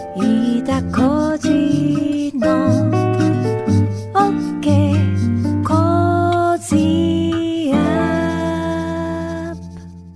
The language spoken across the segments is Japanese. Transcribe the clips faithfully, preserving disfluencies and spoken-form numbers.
飯田浩司の OK コージーアップ。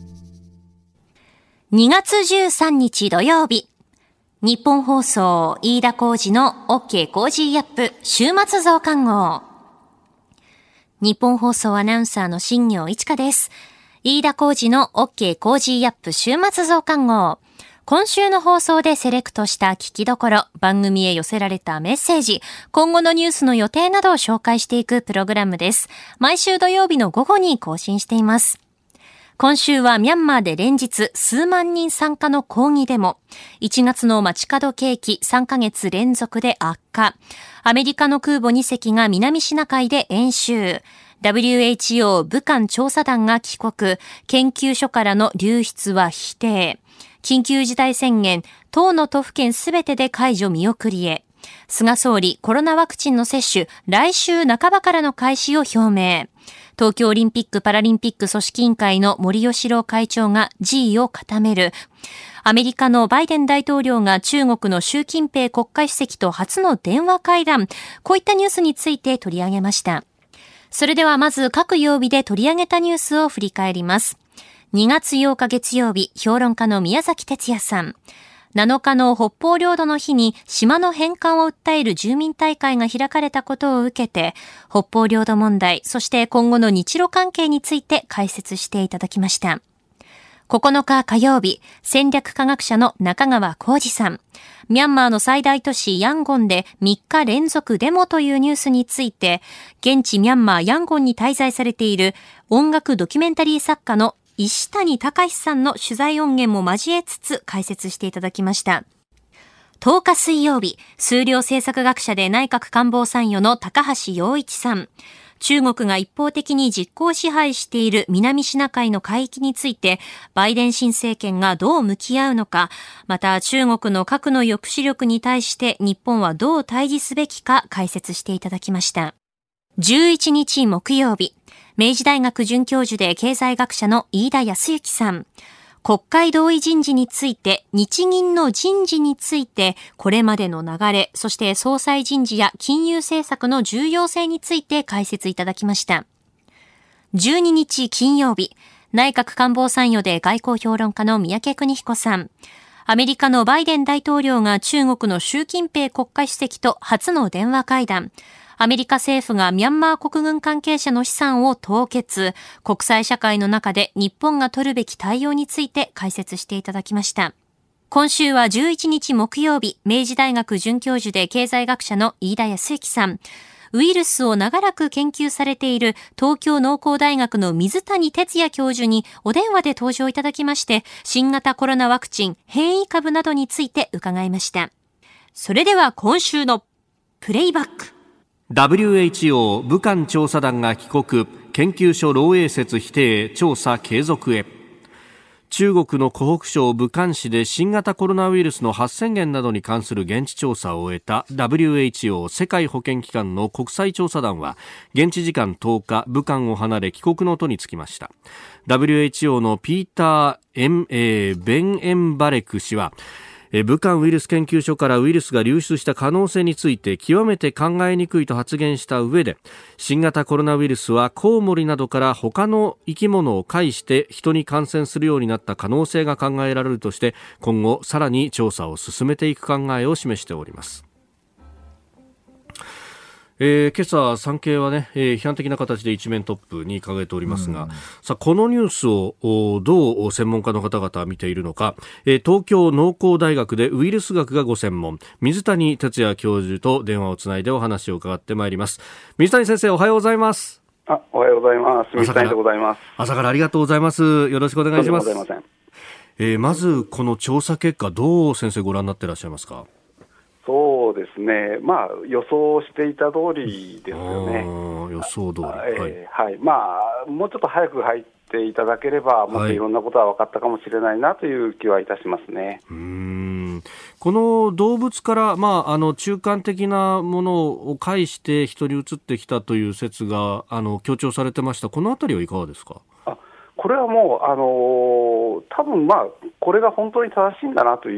にがつじゅうさんにち土曜日、日本放送飯田浩司の OK コージーアップ週末増刊号。日本放送アナウンサーの新業一華です。飯田浩司の OK コージーアップ週末増刊号。今週の放送でセレクトした聞きどころ、番組へ寄せられたメッセージ、今後のニュースの予定などを紹介していくプログラムです。毎週土曜日の午後に更新しています。今週はミャンマーで連日数万人参加の抗議デモ。いちがつの街角景気さんかげつ連続で悪化。アメリカの空母にせきが南シナ海で演習。ダブリューエイチオー 武漢調査団が帰国。研究所からの流出は否定。緊急事態宣言、とおの都府県すべてで解除見送りへ。菅総理、コロナワクチンの接種、来週半ばからの開始を表明。東京オリンピック・パラリンピック組織委員会の森喜朗会長が辞意を固める。アメリカのバイデン大統領が中国の習近平国家主席と初の電話会談。こういったニュースについて取り上げました。それではまず各曜日で取り上げたニュースを振り返ります。にがつようか月曜日、評論家の宮崎哲也さん。なのかの北方領土の日に島の返還を訴える住民大会が開かれたことを受けて、北方領土問題、そして今後の日露関係について解説していただきました。ここのか火曜日、戦略科学者の中川浩二さん。ミャンマーの最大都市ヤンゴンでみっか連続デモというニュースについて、現地ミャンマーヤンゴンに滞在されている音楽ドキュメンタリー作家の石谷隆さんの取材音源も交えつつ解説していただきました。とおか水曜日、数量政策学者で内閣官房参与の高橋洋一さん。中国が一方的に実効支配している南シナ海の海域について、バイデン新政権がどう向き合うのか、また中国の核の抑止力に対して日本はどう対峙すべきか解説していただきました。じゅういちにち木曜日、明治大学准教授で経済学者の飯田康之さん。国会同意人事について、日銀の人事について、これまでの流れ、そして総裁人事や金融政策の重要性について解説いただきました。じゅうににち金曜日、内閣官房参与で外交評論家の三宅邦彦さん。アメリカのバイデン大統領が中国の習近平国家主席と初の電話会談。アメリカ政府がミャンマー国軍関係者の資産を凍結。国際社会の中で日本が取るべき対応について解説していただきました。今週はじゅういちにち木曜日、明治大学准教授で経済学者の飯田康之さん。ウイルスを長らく研究されている東京農工大学の水谷哲也教授にお電話で登場いただきまして、新型コロナワクチン変異株などについて伺いました。それでは今週のプレイバック。 ダブリューエイチオー 武漢調査団が帰国、研究所漏洩説否定、調査継続へ。中国の湖北省武漢市で新型コロナウイルスの発生源などに関する現地調査を終えた ダブリューエイチオー 世界保健機関の国際調査団は現地時間とおか武漢を離れ帰国の途に就きました。 ダブリューエイチオー のピーター・エン、えー、ベンエンバレク氏は武漢ウイルス研究所からウイルスが流出した可能性について極めて考えにくいと発言した上で、新型コロナウイルスはコウモリなどから他の生き物を介して人に感染するようになった可能性が考えられるとして、今後さらに調査を進めていく考えを示しております。えー、今朝産経はね、えー、批判的な形で一面トップに掲げておりますが、うん、さあこのニュースをどう専門家の方々は見ているのか、えー、東京農工大学でウイルス学がご専門水谷哲也教授と電話をつないでお話を伺ってまいります。水谷先生、おはようございます。 あ、おはようございます。水谷でございます。 朝からありがとうございます。よろしくお願いします。 とんでもございません。 えー、まずこの調査結果、どう先生ご覧になっていらっしゃいますか？ そうですね、まあ、予想していた通りですよね。 予想通り、 えーはいまあ、もうちょっと早く入っていただければ、もっといろんなことは分かったかもしれないなという気はいたしますね。 うーんこの動物から、まあ、あの中間的なものを介して人に移ってきたという説があの強調されてました。このあたりはいかがですか？ あこれはもう、あのー、多分まあこれが本当に正しいんだなという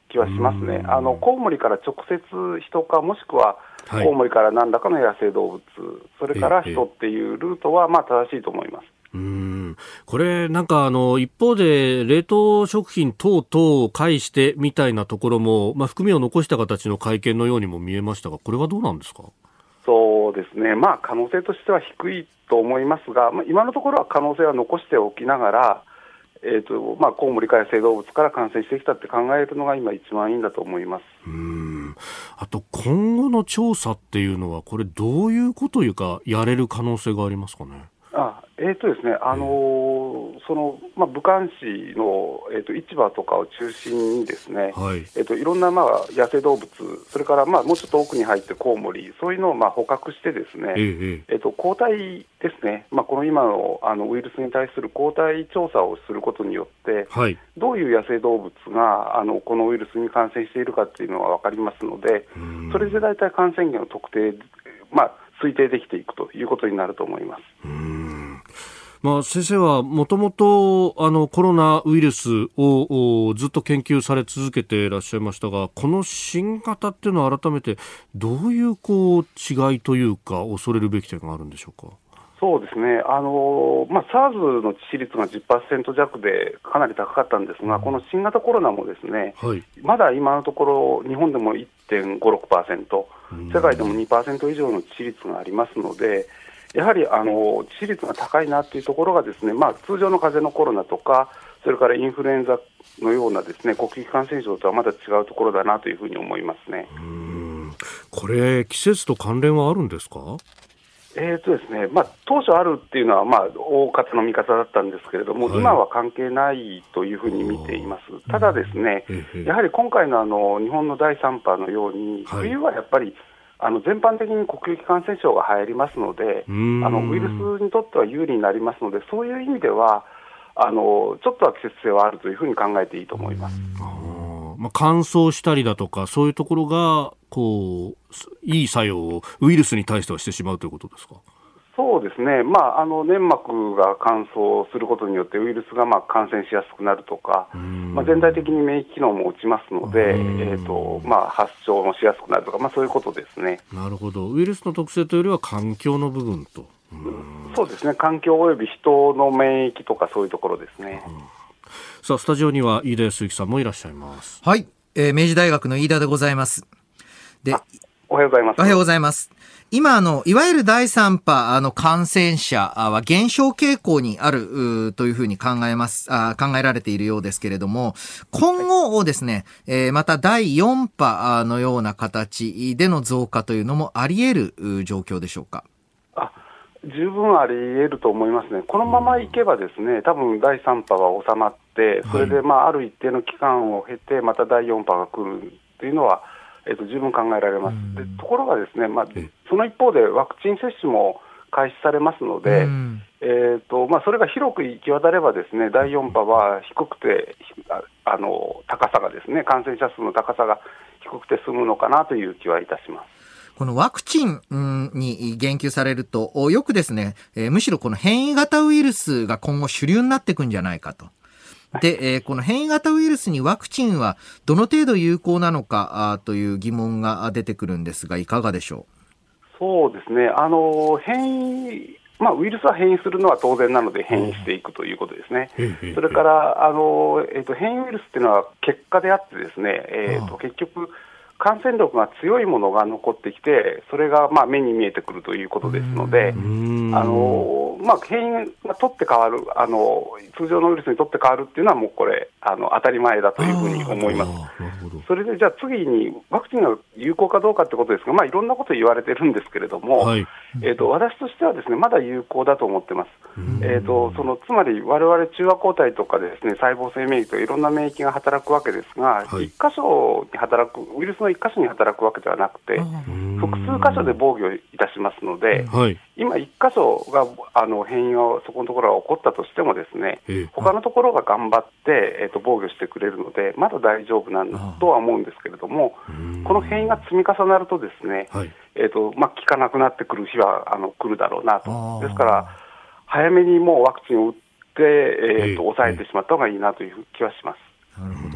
気はしますね。あのコウモリから直接人か、もしくははい、 コウモリから何らかの野生動物、それから人っていうルートはまあ正しいと思います。 うーんこれなんかあの一方で冷凍食品等々を介してみたいなところも、まあ、含みを残した形の会見のようにも見えましたが、これはどうなんですか？ そうですね、まあ、可能性としては低いと思いますが、まあ、今のところは可能性は残しておきながら、えーとまあ、コウモリか野生動物から感染してきたって考えるのが今一番いいんだと思います。 うーんあと今後の調査っていうのはこれどういうこというかやれる可能性がありますかね？ あえーとですねあのーそのまあ、武漢市の、えーと市場とかを中心にですね、 はいえーといろんな、まあ、野生動物、それから、まあ、もうちょっと奥に入ってコウモリ、そういうのをまあ捕獲してですね、 えええーと抗体ですね、まあ、この今の、あのウイルスに対する抗体調査をすることによって、 はいどういう野生動物があのこのウイルスに感染しているかっていうのが分かりますので、それで大体感染源を特定、まあ、推定できていくということになると思います。 うーんまあ、先生はもともとあのコロナウイルスをずっと研究され続けていらっしゃいましたが、この新型っていうのは改めてどういうこう違いというか恐れるべき点があるんでしょうか？ そうですね、あのまあ、SARS の致死率が じゅっパーセント 弱でかなり高かったんですが、この新型コロナもですね、 はい、 まだ今のところ日本でも いってんごろくパーセント、世界でも にパーセント 以上の致死率がありますので、やはりあの致死率が高いなというところがですね、まあ、通常の風邪のコロナとか、それからインフルエンザのようなですね呼吸器感染症とはまだ違うところだなというふうに思いますね。 うーんこれ季節と関連はあるんですか？ えーとですねまあ、当初あるっていうのは、まあ、大方の見方だったんですけれども、はい、今は関係ないというふうに見ています。ただですね、やはり今回の、あの日本のだいさん波のように、はい、冬はやっぱりあの全般的に呼吸器感染症が流行りますので、あのウイルスにとっては有利になりますので、そういう意味ではあのちょっとは季節性はあるというふうに考えていいと思います。 まあ、乾燥したりだとかそういうところがこういい作用をウイルスに対してはしてしまうということですか？ そうですね、まあ、あの粘膜が乾燥することによってウイルスがまあ感染しやすくなるとか、まあ、全体的に免疫機能も落ちますので、えーとまあ、発症もしやすくなるとか、まあ、そういうことですね。 なるほど。ウイルスの特性というよりは環境の部分と。うーんそうですね、環境および人の免疫とかそういうところですね。 うんさあスタジオには飯田康之さんもいらっしゃいます。 はい、えー、明治大学の飯田でございます。で、 おはようございます。 おはようございます。今あのいわゆるだいさん波あの感染者は減少傾向にあるというふうに考えますあ考えられているようですけれども、今後ですね、はいえー、まただいよん波のような形での増加というのもあり得る状況でしょうか？ あ十分あり得ると思いますね。このままいけばですね、多分だいさん波は収まって、それでまあある一定の期間を経てまただいよん波が来るというのは、えー、と十分考えられます。でところがですね、まあ、その一方でワクチン接種も開始されますので、えーとまあ、それが広く行き渡ればですね、だいよん波は低くてあの高さがですね、感染者数の高さが低くて済むのかなという気はいたします。 このワクチンに言及されるとよくですね、えー、むしろこの変異型ウイルスが今後主流になっていくんじゃないかと。で、えー、この変異型ウイルスにワクチンはどの程度有効なのかあという疑問が出てくるんですが、いかがでしょう？そうですね、あの変異、まあ、ウイルスは変異するのは当然なので変異していくということですね。それからあの、えー、と変異ウイルスというのは結果であってですね、えー、と結局感染力が強いものが残ってきて、それがまあ目に見えてくるということですので、あの、まあ、変異が取って変わるあの通常のウイルスに取って変わるっていうのはもうこれあの当たり前だというふうに思います。それでじゃあ次にワクチンが有効かどうかということですが、まあ、いろんなこと言われてるんですけれども、はい、えー、と私としてはですね、まだ有効だと思ってます。えー、とそのつまり我々中和抗体とかですね、細胞性免疫とかいろんな免疫が働くわけですが、はい、いっ箇所に働くウイルスのいっ箇所に働くわけではなくて、複数箇所で防御いたしますので、はい、今いっ箇所があの変異がそこのところが起こったとしてもですね、他のところが頑張って、えー、と防御してくれるのでまだ大丈夫なんとは思うんですけれども、この変異が積み重なるとですね、はい、えーとまあ、効かなくなってくる日はあの来るだろうなと。ですから早めにもうワクチンを打って、えーと、抑えてしまった方がいいなという気はします。 なるほど。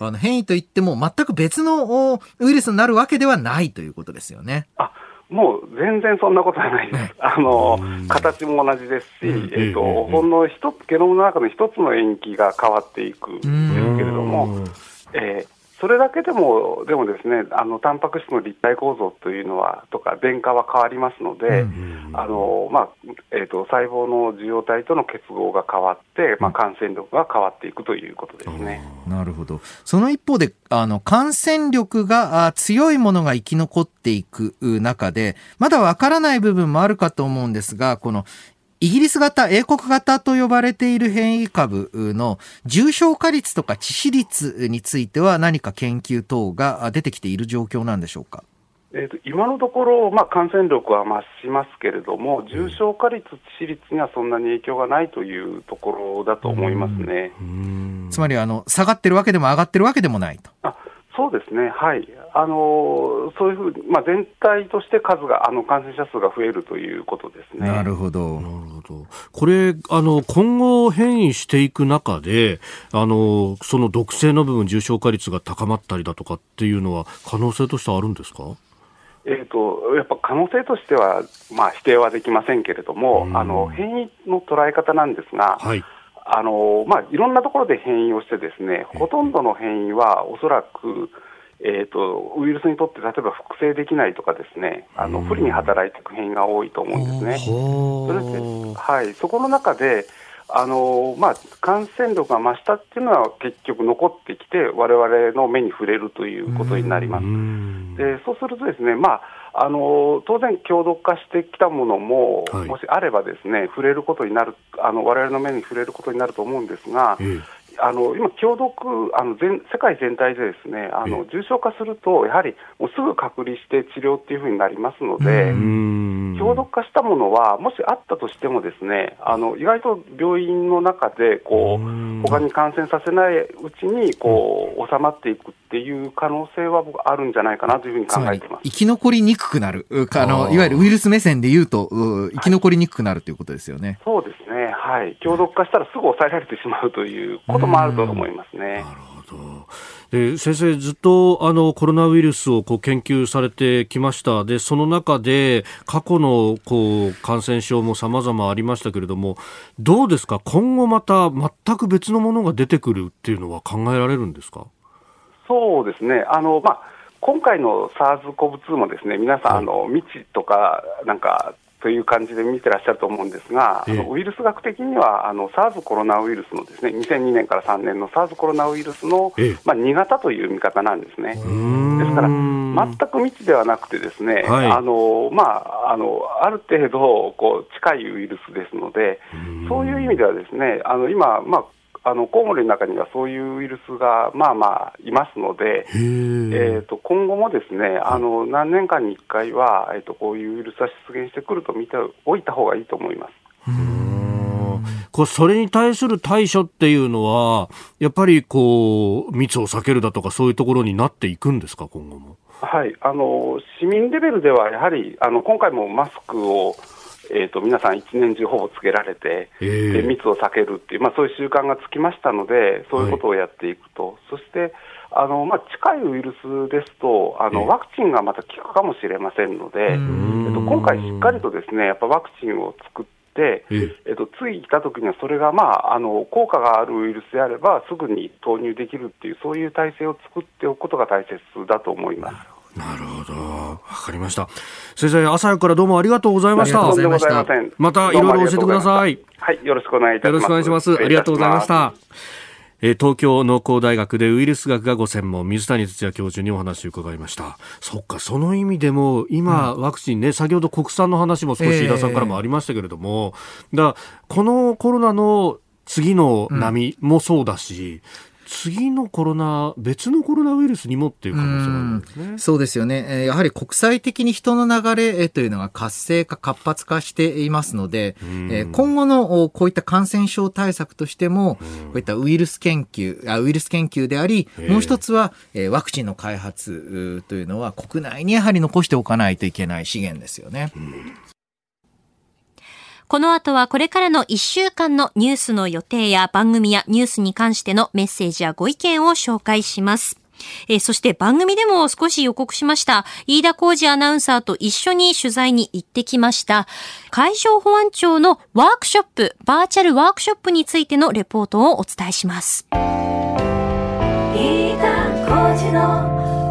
あの変異といっても全く別のウイルスになるわけではないということですよね。 あもう全然そんなことはないです。あの形も同じですし、うんえーとうん、ほんの一つゲノムの中の一つの塩基が変わっていくんですけれども、えーそれだけでも、でもですね、あのタンパク質の立体構造というのは、とか、電荷は変わりますので、あのまあえーと、細胞の受容体との結合が変わって、まあ、感染力が変わっていくということですね。 なるほど。その一方で、あの感染力が強いものが生き残っていく中で、まだわからない部分もあるかと思うんですが、このイギリス型、英国型と呼ばれている変異株の重症化率とか致死率については何か研究等が出てきている状況なんでしょうか。 えーと、今のところ、まあ、感染力は増しますけれども、重症化率、致死率にはそんなに影響がないというところだと思いますね。 つまりあの下がってるわけでも上がってるわけでもないと。 あそうですね、はい、あのそういうふうに、まあ、全体として数があの感染者数が増えるということですね。 なるほど、 なるほど。これあの今後変異していく中であのその毒性の部分、重症化率が高まったりだとかっていうのは可能性としてはあるんですか。 えーと、やっぱ可能性としては、まあ、否定はできませんけれども、あの変異の捉え方なんですが、はいあのまあ、いろんなところで変異をしてですね、ほとんどの変異はおそらく、えーと、ウイルスにとって例えば複製できないとかですね、あの不利に働いていく変異が多いと思うんですね。それで、はい、そこの中であの、まあ、感染力が増したっていうのは結局残ってきて我々の目に触れるということになります。でそうするとですね、まああの当然強毒化してきたものも、はい、もしあればですね触れることになる、あの我々の目に触れることになると思うんですが、えー、あの今強毒あの全世界全体でですねあの、えー、重症化するとやはりもうすぐ隔離して治療っていうふうになりますので、強毒化したものはもしあったとしてもですねあの意外と病院の中でこう他に感染させないうちにこう収まっていくっていう可能性は僕あるんじゃないかなというふうに考えています。 生き残りにくくなる、あのいわゆるウイルス目線でいうと生き残りにくくなるということですよね。 はい、そうですね、はい、強毒化したらすぐ抑えられてしまうということもあると思いますね。 なるほど。で先生ずっとあのコロナウイルスをこう研究されてきました。でその中で過去のこう感染症も様々ありましたけれども、どうですか、今後また全く別のものが出てくるっていうのは考えられるんですか。 そうですね、あの、まあ、今回の サーズコブツー もですね皆さん、はい、あの未知とかなんかという感じで見てらっしゃると思うんですが、ええ、あのウイルス学的にはあの SARS コロナウイルスのですねにせんにねんからさんねんの SARS コロナウイルスの、ええまあ、に型という見方なんですね。ですから全く未知ではなくてですね、はい、あのまあ、あのある程度こう近いウイルスですので、そういう意味ではですねあの今、まああのコウモリの中にはそういうウイルスがまあまあいますので、えー、と今後もですねあの何年間にいっかいは、えー、とこういうウイルスが出現してくると見ておいた方がいいと思います。 うーんこうそれに対する対処っていうのはやっぱりこう密を避けるだとかそういうところになっていくんですか、今後も。 はい、あの市民レベルではやはりあの今回もマスクをえー、と皆さん一年中ほぼつけられて、えー、で密を避けるっていう、まあ、そういう習慣がつきましたのでそういうことをやっていくと、はい、そしてあの、まあ、近いウイルスですとあの、えー、ワクチンがまた効くかもしれませんので、えー、と今回しっかりとですねやっぱワクチンを作ってえーえー、と次来た時にはそれが、まあ、あの効果があるウイルスであればすぐに投入できるっていうそういう体制を作っておくことが大切だと思います。 なるほど、わかりました。先生、朝早くからどうもありがとうございました。 とんでもございません。 またいろいろ教えてください。 はい、よろしくお願いいたします。 よろしくお願いします。ありがとうございました。えー、東京農工大学でウイルス学がご専門水谷哲也教授にお話を伺いました。そっか、その意味でも今、うん、ワクチンね、先ほど国産の話も少し飯田さんからもありましたけれども、えー、だこのコロナの次の波もそうだし、うん次のコロナ別のコロナウイルスにもっていう可能性があるんですね。 うそうですよね。やはり国際的に人の流れというのが活性化活発化していますので、今後のこういった感染症対策としてもこういったウイルス研究ウイルス研究であり、もう一つはワクチンの開発というのは国内にやはり残しておかないといけない資源ですよね。うんこの後はこれからのいっしゅうかんのニュースの予定や番組やニュースに関してのメッセージやご意見を紹介します。えー、そして番組でも少し予告しました飯田浩司アナウンサーと一緒に取材に行ってきました海上保安庁のワークショップ、バーチャルワークショップについてのレポートをお伝えします。 飯田浩司の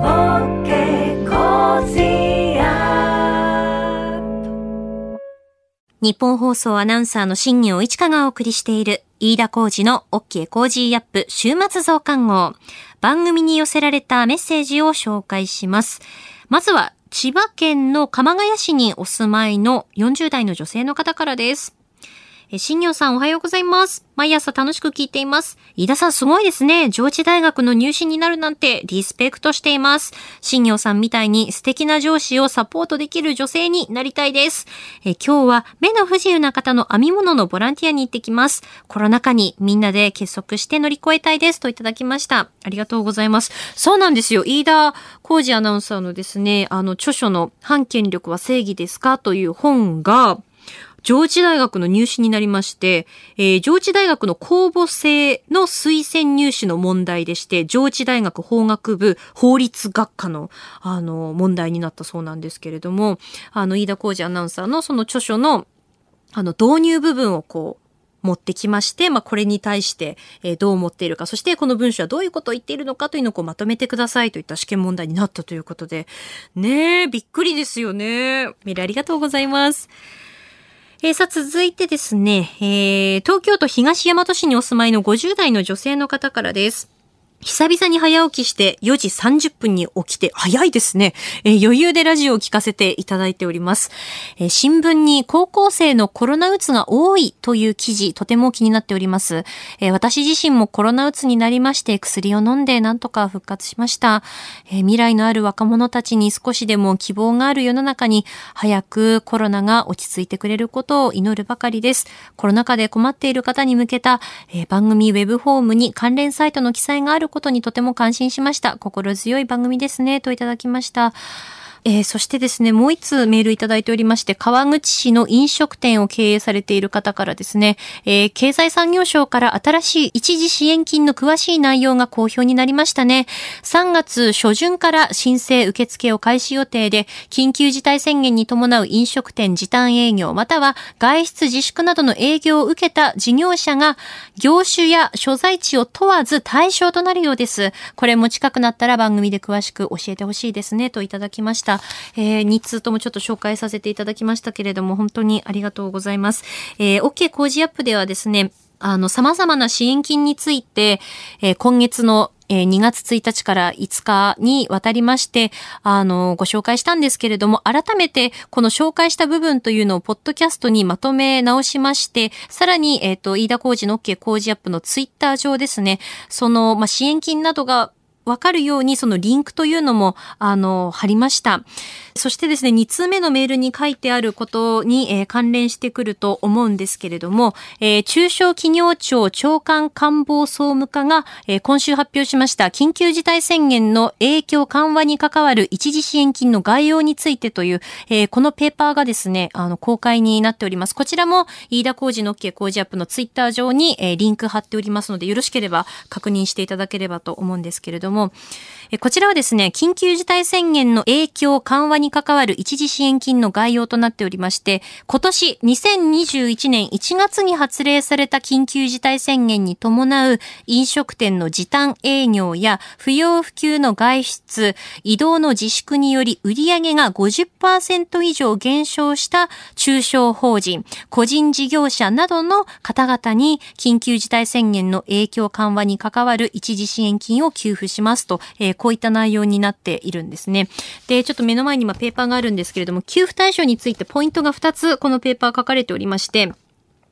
OK コージーアップ。 日本放送アナウンサーの新業一華がお送りしている飯田浩司の OK コージーアップ週末増刊号。番組に寄せられたメッセージを紹介します。まずは千葉県の鎌ケ谷市にお住まいのよんじゅう代の女性の方からです。え、新業さんおはようございます。毎朝楽しく聞いています。飯田さんすごいですね。上智大学の入試になるなんてリスペクトしています。新業さんみたいに素敵な上司をサポートできる女性になりたいです。え、今日は目の不自由な方の編み物のボランティアに行ってきます。コロナ禍にみんなで結束して乗り越えたいですといただきました。ありがとうございます。そうなんですよ。飯田浩司アナウンサーのですね、あの著書の反権力は正義ですかという本が上智大学の入試になりまして、えー、上智大学の公募制の推薦入試の問題でして、上智大学法学部法律学科の、あの、問題になったそうなんですけれども、あの、飯田浩司アナウンサーのその著書の、あの、導入部分をこう、持ってきまして、まあ、これに対して、えー、どう思っているか、そしてこの文章はどういうことを言っているのかというのをこうまとめてくださいといった試験問題になったということで、ねえ、びっくりですよね。メールありがとうございます。えー、さあ続いてですね、えー、東京都東大和市にお住まいのごじゅう代の女性の方からです。久々に早起きしてよじさんじゅっぷんに起きて早いですね、えー、余裕でラジオを聞かせていただいております、えー、新聞に高校生のコロナうつが多いという記事とても気になっております、えー、私自身もコロナうつになりまして薬を飲んでなんとか復活しました、えー、未来のある若者たちに少しでも希望がある世の中に早くコロナが落ち着いてくれることを祈るばかりです。コロナ禍で困っている方に向けた、えー、番組ウェブフォームに関連サイトの記載があることにとても感心しました。心強い番組ですねといただきました。えー、そしてですね、もう一通メールいただいておりまして、川口市の飲食店を経営されている方からですね、えー、経済産業省から新しい一時支援金の詳しい内容が公表になりましたね。さんがつ初旬から申請受付を開始予定で、緊急事態宣言に伴う飲食店時短営業または外出自粛などの営業を受けた事業者が業種や所在地を問わず対象となるようです。これも近くなったら番組で詳しく教えてほしいですねといただきました。えー、に通ともちょっと紹介させていただきましたけれども、本当にありがとうございます。えー、OK 工事アップではですね、あの、様々な支援金について、えー、今月のにがつついたちからいつかにわたりまして、あの、ご紹介したんですけれども、改めてこの紹介した部分というのをポッドキャストにまとめ直しまして、さらに、えっと、飯田浩司の OK 工事アップのツイッター上ですね、その、まあ、支援金などがわかるようにそのリンクというのもあの貼りました。そしてですね、に通目のメールに書いてあることに、えー、関連してくると思うんですけれども、えー、中小企業庁長官官房総務課が、えー、今週発表しました緊急事態宣言の影響緩和に関わる一時支援金の概要についてという、えー、このペーパーがですね、あの公開になっております。こちらも飯田浩司の OK 工事アップのツイッター上に、えー、リンク貼っておりますので、よろしければ確認していただければと思うんですけれども、こちらはですね、緊急事態宣言の影響緩和に関わる一時支援金の概要となっておりまして、今年にせんにじゅういちねんいちがつに発令された緊急事態宣言に伴う飲食店の時短営業や不要不急の外出、移動の自粛により売上が ごじゅっパーセント 以上減少した中小法人、個人事業者などの方々に緊急事態宣言の影響緩和に関わる一時支援金を給付しますと、えー、こういった内容になっているんですね。で、ちょっと目の前に今ペーパーがあるんですけれども、給付対象についてポイントがふたつこのペーパー書かれておりまして、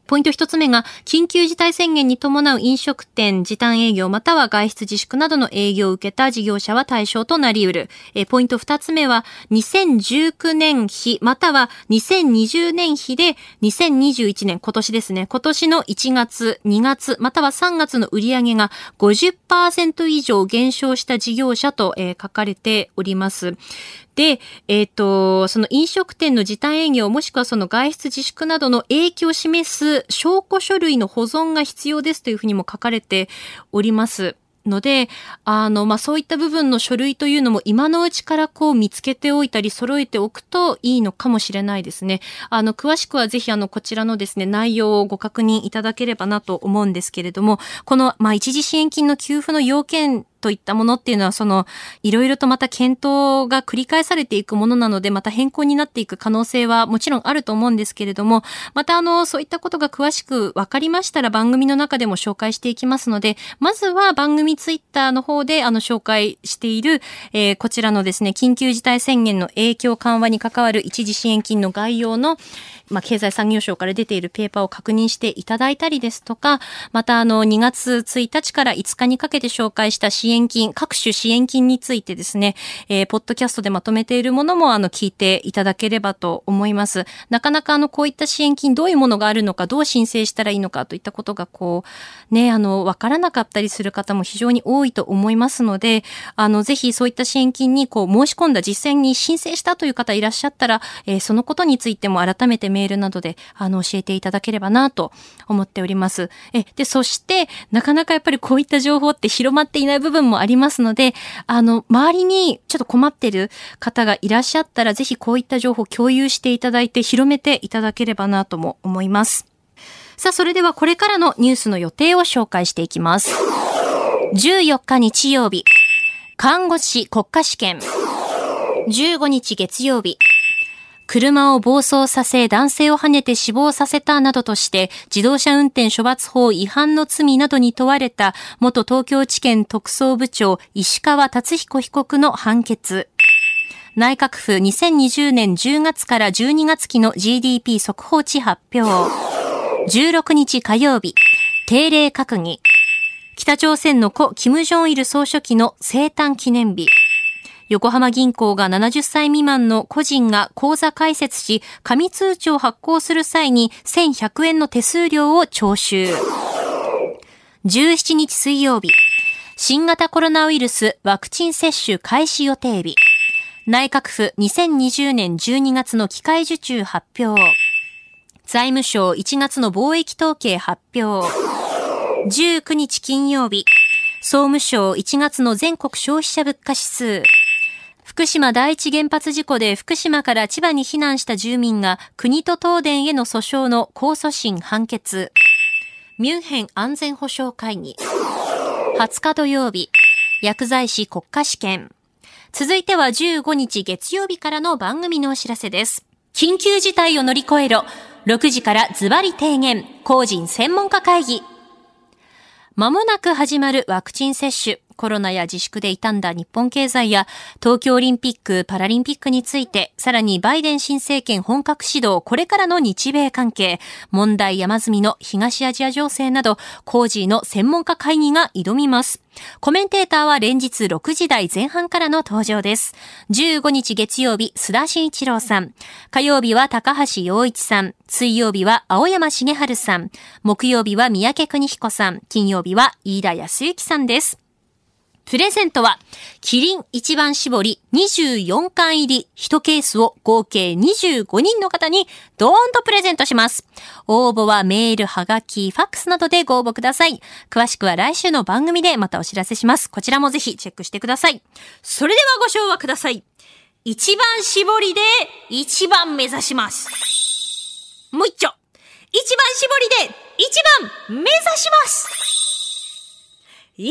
ポイント一つ目が、緊急事態宣言に伴う飲食店、時短営業または外出自粛などの営業を受けた事業者は対象となり得る。えポイント二つ目は、にせんじゅうきゅうねん比またはにせんにじゅうねん比でにせんにじゅういちねん、今年ですね、今年のいちがつ、にがつまたはさんがつの売上が ごじゅっパーセント 以上減少した事業者と、えー、書かれております。で、えっと、その飲食店の時短営業もしくはその外出自粛などの影響を示す証拠書類の保存が必要ですというふうにも書かれております。ので、あの、まあ、そういった部分の書類というのも今のうちからこう見つけておいたり揃えておくといいのかもしれないですね。あの、詳しくはぜひあの、こちらのですね、内容をご確認いただければなと思うんですけれども、この、まあ、一時支援金の給付の要件といったものっていうのは、その、いろいろとまた検討が繰り返されていくものなので、また変更になっていく可能性はもちろんあると思うんですけれども、またあの、そういったことが詳しくわかりましたら番組の中でも紹介していきますので、まずは番組ツイッターの方であの、紹介している、えー、こちらのですね、緊急事態宣言の影響緩和に関わる一時支援金の概要の、まあ、経済産業省から出ているペーパーを確認していただいたりですとか、またあの、にがつついたちからいつかにかけて紹介した支援金、各種支援金についてですね、えー、ポッドキャストでまとめているものもあの、聞いていただければと思います。なかなかあの、こういった支援金どういうものがあるのか、どう申請したらいいのかといったことがこう、ね、あの、わからなかったりする方も非常に多いと思いますので、あの、ぜひそういった支援金にこう、申し込んだ実際に申請したという方いらっしゃったら、えー、そのことについても改めてメールなどであの教えていただければなと思っております。えでそしてなかなかやっぱりこういった情報って広まっていない部分もありますので、あの周りにちょっと困ってる方がいらっしゃったらぜひこういった情報を共有していただいて広めていただければなとも思います。さあそれではこれからのニュースの予定を紹介していきます。じゅうよっか日曜日、看護師国家試験。じゅうごにち月曜日、車を暴走させ男性を跳ねて死亡させたなどとして自動車運転処罰法違反の罪などに問われた元東京地検特捜部長石川達彦被告の判決。内閣府にせんにじゅうねんじゅうがつからじゅうにがつ期の ジーディーピー 速報値発表。じゅうろくにち火曜日、定例閣議。北朝鮮の故金正日総書記の生誕記念日。横浜銀行がななじゅっさい未満の個人が口座開設し、紙通帳を発行する際にせんひゃくえんの手数料を徴収。じゅうしちにち水曜日、新型コロナウイルスワクチン接種開始予定日。内閣府にせんにじゅうねんじゅうにがつの機械受注発表。財務省いちがつの貿易統計発表。じゅうくにち金曜日、総務省いちがつの全国消費者物価指数。福島第一原発事故で福島から千葉に避難した住民が国と東電への訴訟の控訴審判決。ミュンヘン安全保障会議。はつか土曜日、薬剤師国家試験。続いてはじゅうごにち月曜日からの番組のお知らせです。緊急事態を乗り越えろ。ろくじからズバリ提言。公人専門家会議。まもなく始まるワクチン接種。コロナや自粛で傷んだ日本経済や東京オリンピック・パラリンピックについて、さらにバイデン新政権本格始動、これからの日米関係、問題山積みの東アジア情勢など、コージーの専門家会議が挑みます。コメンテーターは連日ろくじ台前半からの登場です。じゅうごにち月曜日、須田慎一郎さん。火曜日は高橋洋一さん。水曜日は青山茂春さん。木曜日は三宅邦彦さん。金曜日は飯田康之さんです。プレゼントは、キリン一番搾りにじゅうよんかん入りいちケースを合計にじゅうごにんの方にドーンとプレゼントします。応募はメール、はがき、ファックスなどでご応募ください。詳しくは来週の番組でまたお知らせします。こちらもぜひチェックしてください。それではご唱和ください。一番搾りで一番目指します。もう一丁。一番搾りで一番目指します。一番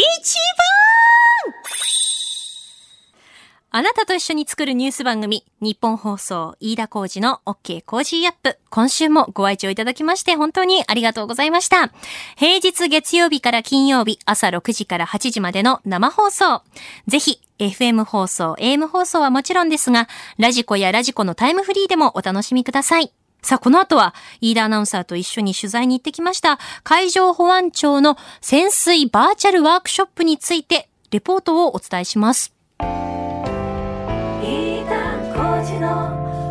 あなたと一緒に作るニュース番組、日本放送飯田浩司の OK コージーアップ。今週もご愛聴いただきまして本当にありがとうございました。平日月曜日から金曜日朝ろくじからはちじまでの生放送。ぜひ エフエム 放送、エーエム 放送はもちろんですが、ラジコやラジコのタイムフリーでもお楽しみください。 さあ、この後は、飯田アナウンサーと一緒に取材に行ってきました、海上保安庁の潜水バーチャルワークショップについて、レポートをお伝えします。 飯田浩司の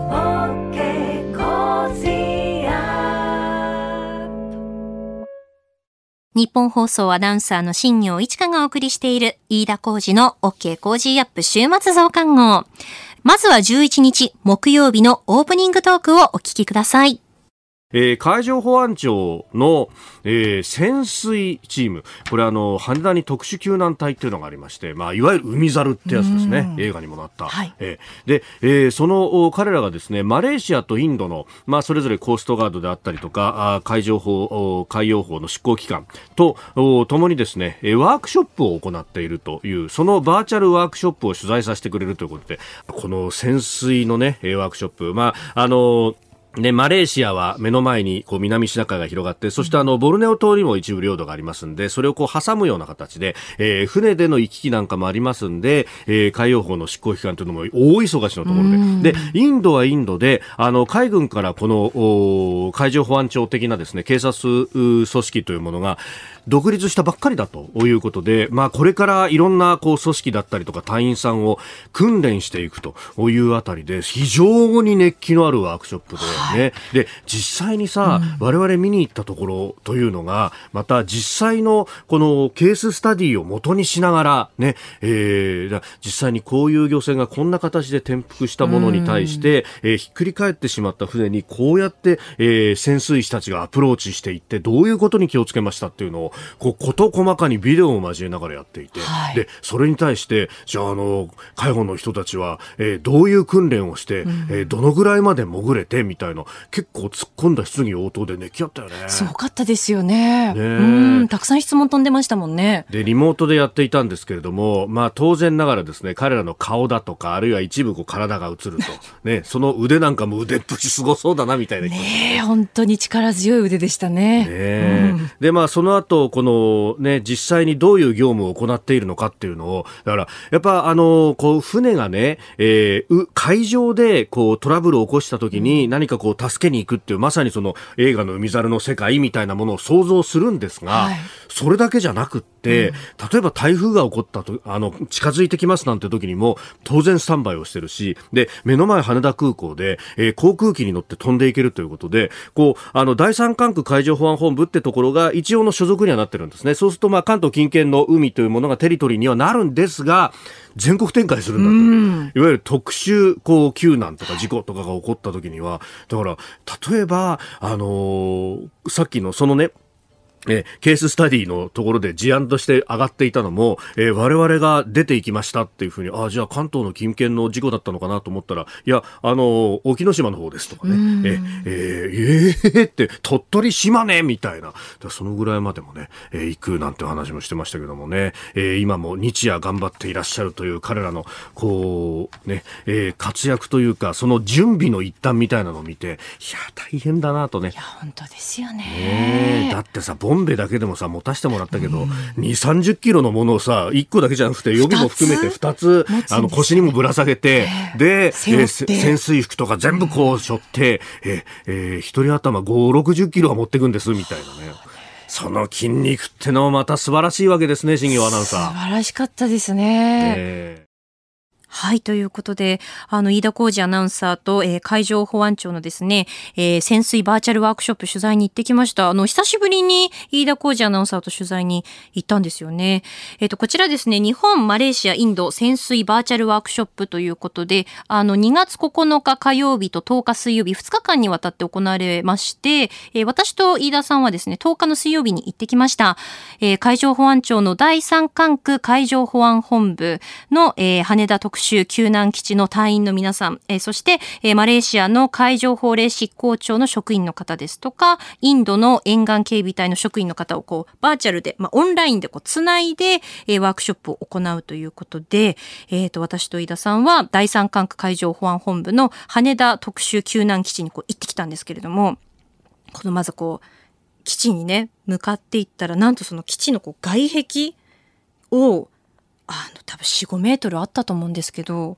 OK コージーアップ。 日本放送アナウンサーの新業一華がお送りしている、飯田浩司の OK コージーアップ週末増刊号。まずはじゅういちにち木曜日のオープニングトークをお聞きください。 えー、海上保安庁の、えー、潜水チーム、これあの羽田に特殊救難隊っていうのがありまして、まあ、いわゆる海猿ってやつですね。映画にもなった、はい、えー、で、えー、その彼らがですね、マレーシアとインドの、まあ、それぞれコーストガードであったりとか、あ海上法海洋法の執行機関とともにですね、ワークショップを行っているという、そのバーチャルワークショップを取材させてくれるということで、この潜水のねワークショップ、まああのね、マレーシアは目の前にこう南シナ海が広がって、そしてあのボルネオ島にも一部領土がありますんで、それをこう挟むような形で、えー、船での行き来なんかもありますんで、えー、海洋法の執行機関というのも大忙しのところで、でインドはインドであの海軍からこの海上保安庁的なですね警察組織というものが独立したばっかりだということで、まあこれからいろんなこう組織だったりとか隊員さんを訓練していくというあたりで、非常に熱気のあるワークショップで、ね、はい、で実際にさ、うん、我々見に行ったところというのがまた実際のこのケーススタディを元にしながらね、えー、実際にこういう漁船がこんな形で転覆したものに対して、うん、えー、ひっくり返ってしまった船にこうやって、えー、潜水士たちがアプローチしていってどういうことに気をつけましたっていうのをこう事細かにビデオを交えながらやっていて、はい、でそれに対してじゃあ、あの海保の人たちは、えー、どういう訓練をして、うん、えー、どのぐらいまで潜れてみたいな、結構突っ込んだ質疑応答で熱気あったよね。 すごかったですよね。ね、うん、たくさん質問飛んでましたもんね。 でリモートでやっていたんですけれども、まあ、当然ながらですね、彼らの顔だとかあるいは一部こう体が映ると、ね、その腕なんかも腕っぷしすごそうだなみたいな、 ね、本当に力強い腕でしたね。 ね、うん、でまあその後このね、実際にどういう業務を行っているのかっていうのを、だからやっぱあのこう船がね、えー、海上でこうトラブルを起こした時に何かこう助けに行くっていう、まさにその映画の海猿の世界みたいなものを想像するんですが、はい、それだけじゃなくって、うん、例えば台風が起こったと、あの近づいてきますなんて時にも当然スタンバイをしてるし、で目の前羽田空港で、えー、航空機に乗って飛んでいけるということで、こうあの第三管区海上保安本部ってところが一応の所属にはなってるんですね。そうするとまあ関東近県の海というものがテリトリーにはなるんですが、全国展開するんだと、いわゆる特殊こう救難とか事故とかが起こった時には、だから例えばあのー、さっきのそのねえー、ケーススタディのところで事案として上がっていたのも、えー、我々が出ていきましたっていうふうに、ああじゃあ関東の近県の事故だったのかなと思ったら、いやあのー、沖ノ島の方ですとかね、えー、えー、えー、って鳥取島根みたいな、だそのぐらいまでもね、えー、行くなんて話もしてましたけどもね、えー、今も日夜頑張っていらっしゃるという彼らのこうね、えー、活躍というかその準備の一端みたいなのを見て、いや大変だなとね。 いや本当ですよね。 ね、だってさボンベだけでもさ持たせてもらったけど、うん、にじゅう、さんじゅっキロのものをさいっこだけじゃなくて予備も含めてふたつあの腰にもぶら下げて、で、えー、潜水服とか全部こう背負って、うん、ええー、一人頭ごじゅう、ろくじゅっキロは持ってくんですみたいなね。その筋肉ってのもまた素晴らしいわけですね、新業アナウンサー。 素晴らしかったですね。えーはい。ということで、あの、飯田浩司アナウンサーと、えー、海上保安庁のですね、えー、潜水バーチャルワークショップ取材に行ってきました。あの、久しぶりに飯田浩司アナウンサーと取材に行ったんですよね。えっと、こちらですね、日本、マレーシア、インド潜水バーチャルワークショップということで、あの、にがつここのか火曜日ととおか水曜日、ふつかかんにわたって行われまして、えー、私と飯田さんはですね、とおかの水曜日に行ってきました。えー、海上保安庁のだいさん管区海上保安本部の、えー、羽田特殊救難基地の隊員の皆さん、えー、そして、えー、マレーシアの海上法令執行庁の職員の方ですとか、インドの沿岸警備隊の職員の方をこうバーチャルで、まあ、オンラインでこうつないで、えー、ワークショップを行うということで、えー、と私と飯田さんはだいさん管区海上保安本部の羽田特殊救難基地にこう行ってきたんですけれども、このまずこう基地にね向かっていったら、なんとその基地のこう外壁をあの多分よん、ごメートルあったと思うんですけど、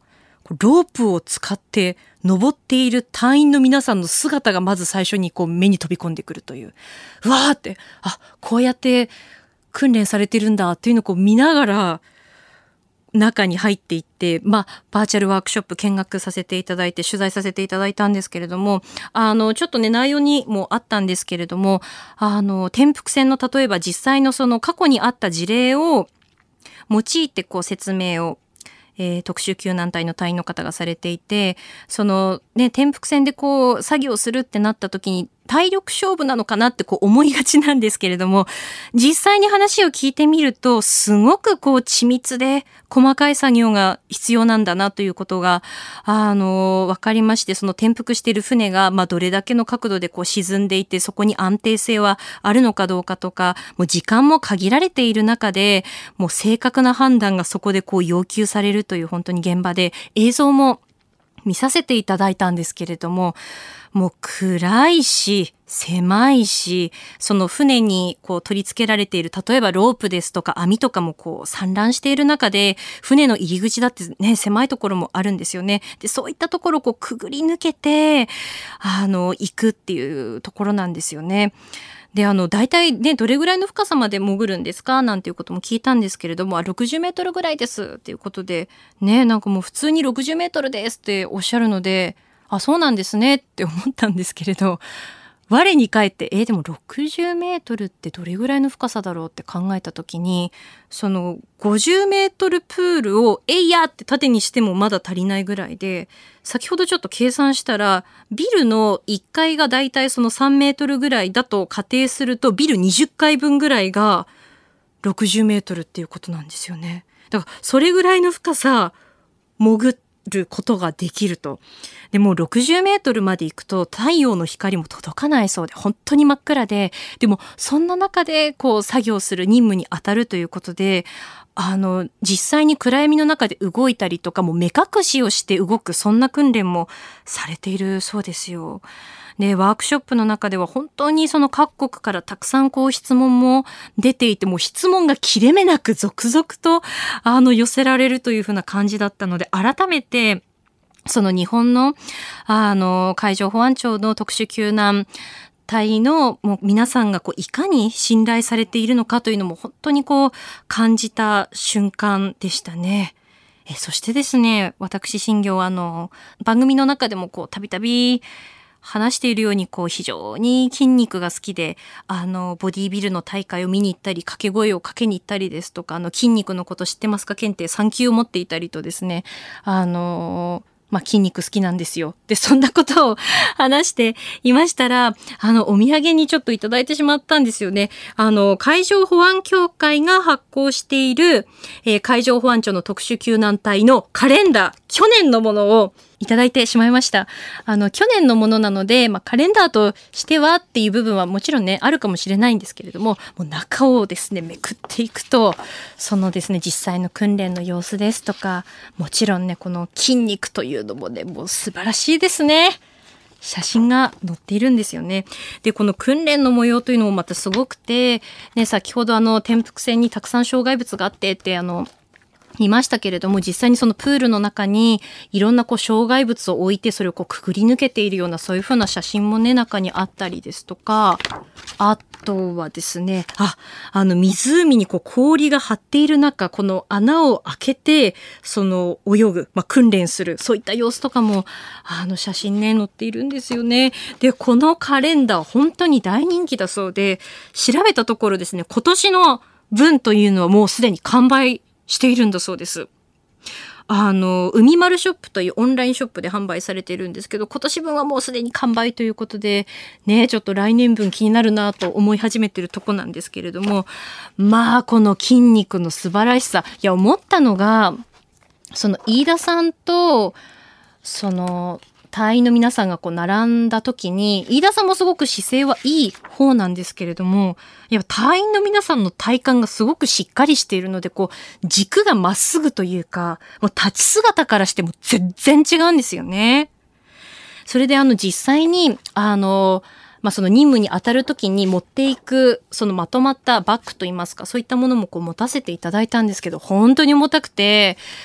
ロープを使って登っている隊員の皆さんの姿がまず最初にこう目に飛び込んでくるという。うわーって、あ、こうやって訓練されてるんだっていうのをこう見ながら中に入っていって、まあ、バーチャルワークショップ見学させていただいて、取材させていただいたんですけれども、あの、ちょっとね、内容にもあったんですけれども、あの、転覆船の例えば実際のその過去にあった事例を用いてこう説明をえー、特殊救難隊の隊員の方がされていて、そのね、転覆船でこう作業するってなった時に体力勝負なのかなってこう思いがちなんですけれども、実際に話を聞いてみるとすごくこう緻密で細かい作業が必要なんだなということがあの分かりまして、その転覆している船がまあどれだけの角度でこう沈んでいて、そこに安定性はあるのかどうかとか、もう時間も限られている中でもう正確な判断がそこでこう要求されるという本当に現場で映像も見させていただいたんですけれども、もう暗いし狭いし、その船にこう取り付けられている例えばロープですとか網とかもこう散乱している中で、船の入り口だってね狭いところもあるんですよね。でそういったところをこうくぐり抜けてあの行くっていうところなんですよね。で、あの、大体ね、どれぐらいの深さまで潜るんですかなんていうことも聞いたんですけれども、ろくじゅうメートルぐらいですっていうことで、ね、なんかもう普通にろくじゅうメートルですっておっしゃるので、あ、そうなんですねって思ったんですけれど、我に返って、えー、でもろくじゅうメートルってどれぐらいの深さだろうって考えたときに、そのごじゅうメートルプールをえいやって縦にしてもまだ足りないぐらいで、先ほどちょっと計算したら、ビルのいっかいがだいたいそのさんメートルぐらいだと仮定すると、ビルにじゅっかいぶんぐらいがろくじゅうメートルっていうことなんですよね。だからそれぐらいの深さ潜ることができると。でもうろくじゅうメートルまで行くと太陽の光も届かないそうで、本当に真っ暗で、でもそんな中でこう作業する任務に当たるということで、あの実際に暗闇の中で動いたりとかも目隠しをして動く、そんな訓練もされているそうですよ。で、ワークショップの中では本当にその各国からたくさんこう質問も出ていて、もう質問が切れ目なく続々とあの寄せられるというふうな感じだったので、改めてその日本のあの海上保安庁の特殊救難隊のもう皆さんがこういかに信頼されているのかというのも本当にこう感じた瞬間でしたね。えそしてですね、私新業はあの番組の中でもこうたびたび話しているようにこう非常に筋肉が好きで、あのボディービルの大会を見に行ったり、掛け声をかけに行ったりですとか、あの筋肉のこと知ってますか検定さん級を持っていたりとですね、あのまあ、筋肉好きなんですよ。で、そんなことを話していましたら、あの、お土産にちょっといただいてしまったんですよね。あの、海上保安協会が発行している、えー、海上保安庁の特殊救難隊のカレンダー、去年のものをいただいてしまいました。あの、去年のものなので、まあ、カレンダーとしてはっていう部分はもちろんね、あるかもしれないんですけれども、もう中をですね、めくっていくと、そのですね、実際の訓練の様子ですとか、もちろんね、この筋肉というのもね、もう素晴らしいですね。写真が載っているんですよね。で、この訓練の模様というのもまたすごくて、ね、先ほどあの、転覆船にたくさん障害物があってって、あの、いましたけれども、実際にそのプールの中にいろんなこう障害物を置いて、それをこうくぐり抜けているような、そういう風な写真もね、中にあったりですとか、あとはですね、あ、あの湖にこう氷が張っている中、この穴を開けて、その泳ぐ、まあ、訓練する、そういった様子とかも、あの写真ね、載っているんですよね。で、このカレンダー、本当に大人気だそうで、調べたところですね、今年の分というのはもうすでに完売しているんだそうです。あの、海丸ショップというオンラインショップで販売されているんですけど、今年分はもうすでに完売ということで、ね、ちょっと来年分気になるなと思い始めているとこなんですけれども、まあ、この筋肉の素晴らしさ。いや、思ったのが、その飯田さんと、その、隊員の皆さんがこう並んだ時に、飯田さんもすごく姿勢はいい方なんですけれども、やっぱ隊員の皆さんの体幹がすごくしっかりしているので、こう軸がまっすぐというか、もう立ち姿からしても全然違うんですよね。それであの実際にあのまあ、その任務に当たる時に持っていくそのまとまったバッグといいますか、そういったものもこう持たせていただいたんですけど、本当に重たくて。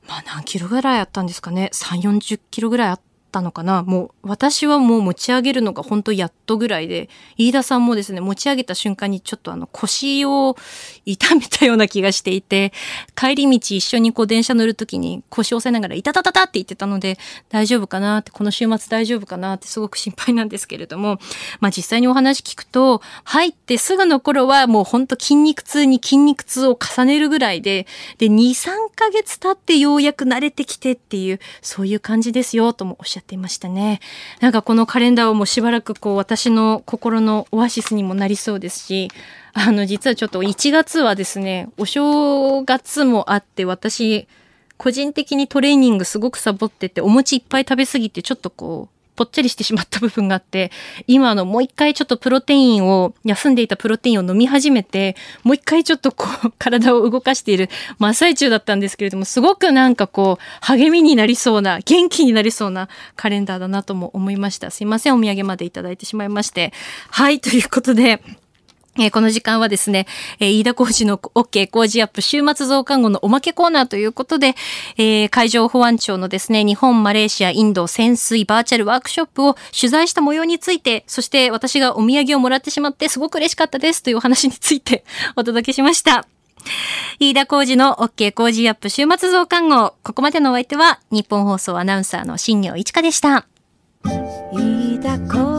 まあ何キロぐらいあったんですかね。さんじゅう、よんじゅっキロぐらいあったのかな。もう私はもう持ち上げるのが本当やっとぐらいで、飯田さんもですね、持ち上げた瞬間にちょっとあの腰を痛めたような気がしていて、帰り道一緒にこう電車乗るときに腰を押さえながら、いたたたたって言ってたので、大丈夫かなって、この週末大丈夫かなってすごく心配なんですけれども、まあ実際にお話聞くと、入ってすぐの頃はもう本当筋肉痛に筋肉痛を重ねるぐらいで、で、に、さんかげつ経ってようやく慣れてきてっていう、そういう感じですよ、ともおっしゃっていましたね。なんかこのカレンダーをもうしばらくこう私の心のオアシスにもなりそうですし、あの実はちょっといちがつはですね、お正月もあって私個人的にトレーニングすごくサボってて、お餅いっぱい食べ過ぎてちょっとこうぽっちゃりしてしまった部分があって、今あのもう一回ちょっとプロテインを、休んでいたプロテインを飲み始めて、もう一回ちょっとこう体を動かしている真っ最中だったんですけれども、すごくなんかこう励みになりそうな、元気になりそうなカレンダーだなとも思いました。すいません、お土産までいただいてしまいまして。はい、ということで、えー、この時間はですね、えー、飯田浩司の OK 工事アップ週末増刊号のおまけコーナーということで、えー、海上保安庁のですね、日本、マレーシア、インド潜水バーチャルワークショップを取材した模様について、そして私がお土産をもらってしまってすごく嬉しかったですというお話についてお届けしました。飯田浩司の OK 工事アップ週末増刊号。ここまでのお相手は日本放送アナウンサーの新業一華でした。 飯田浩司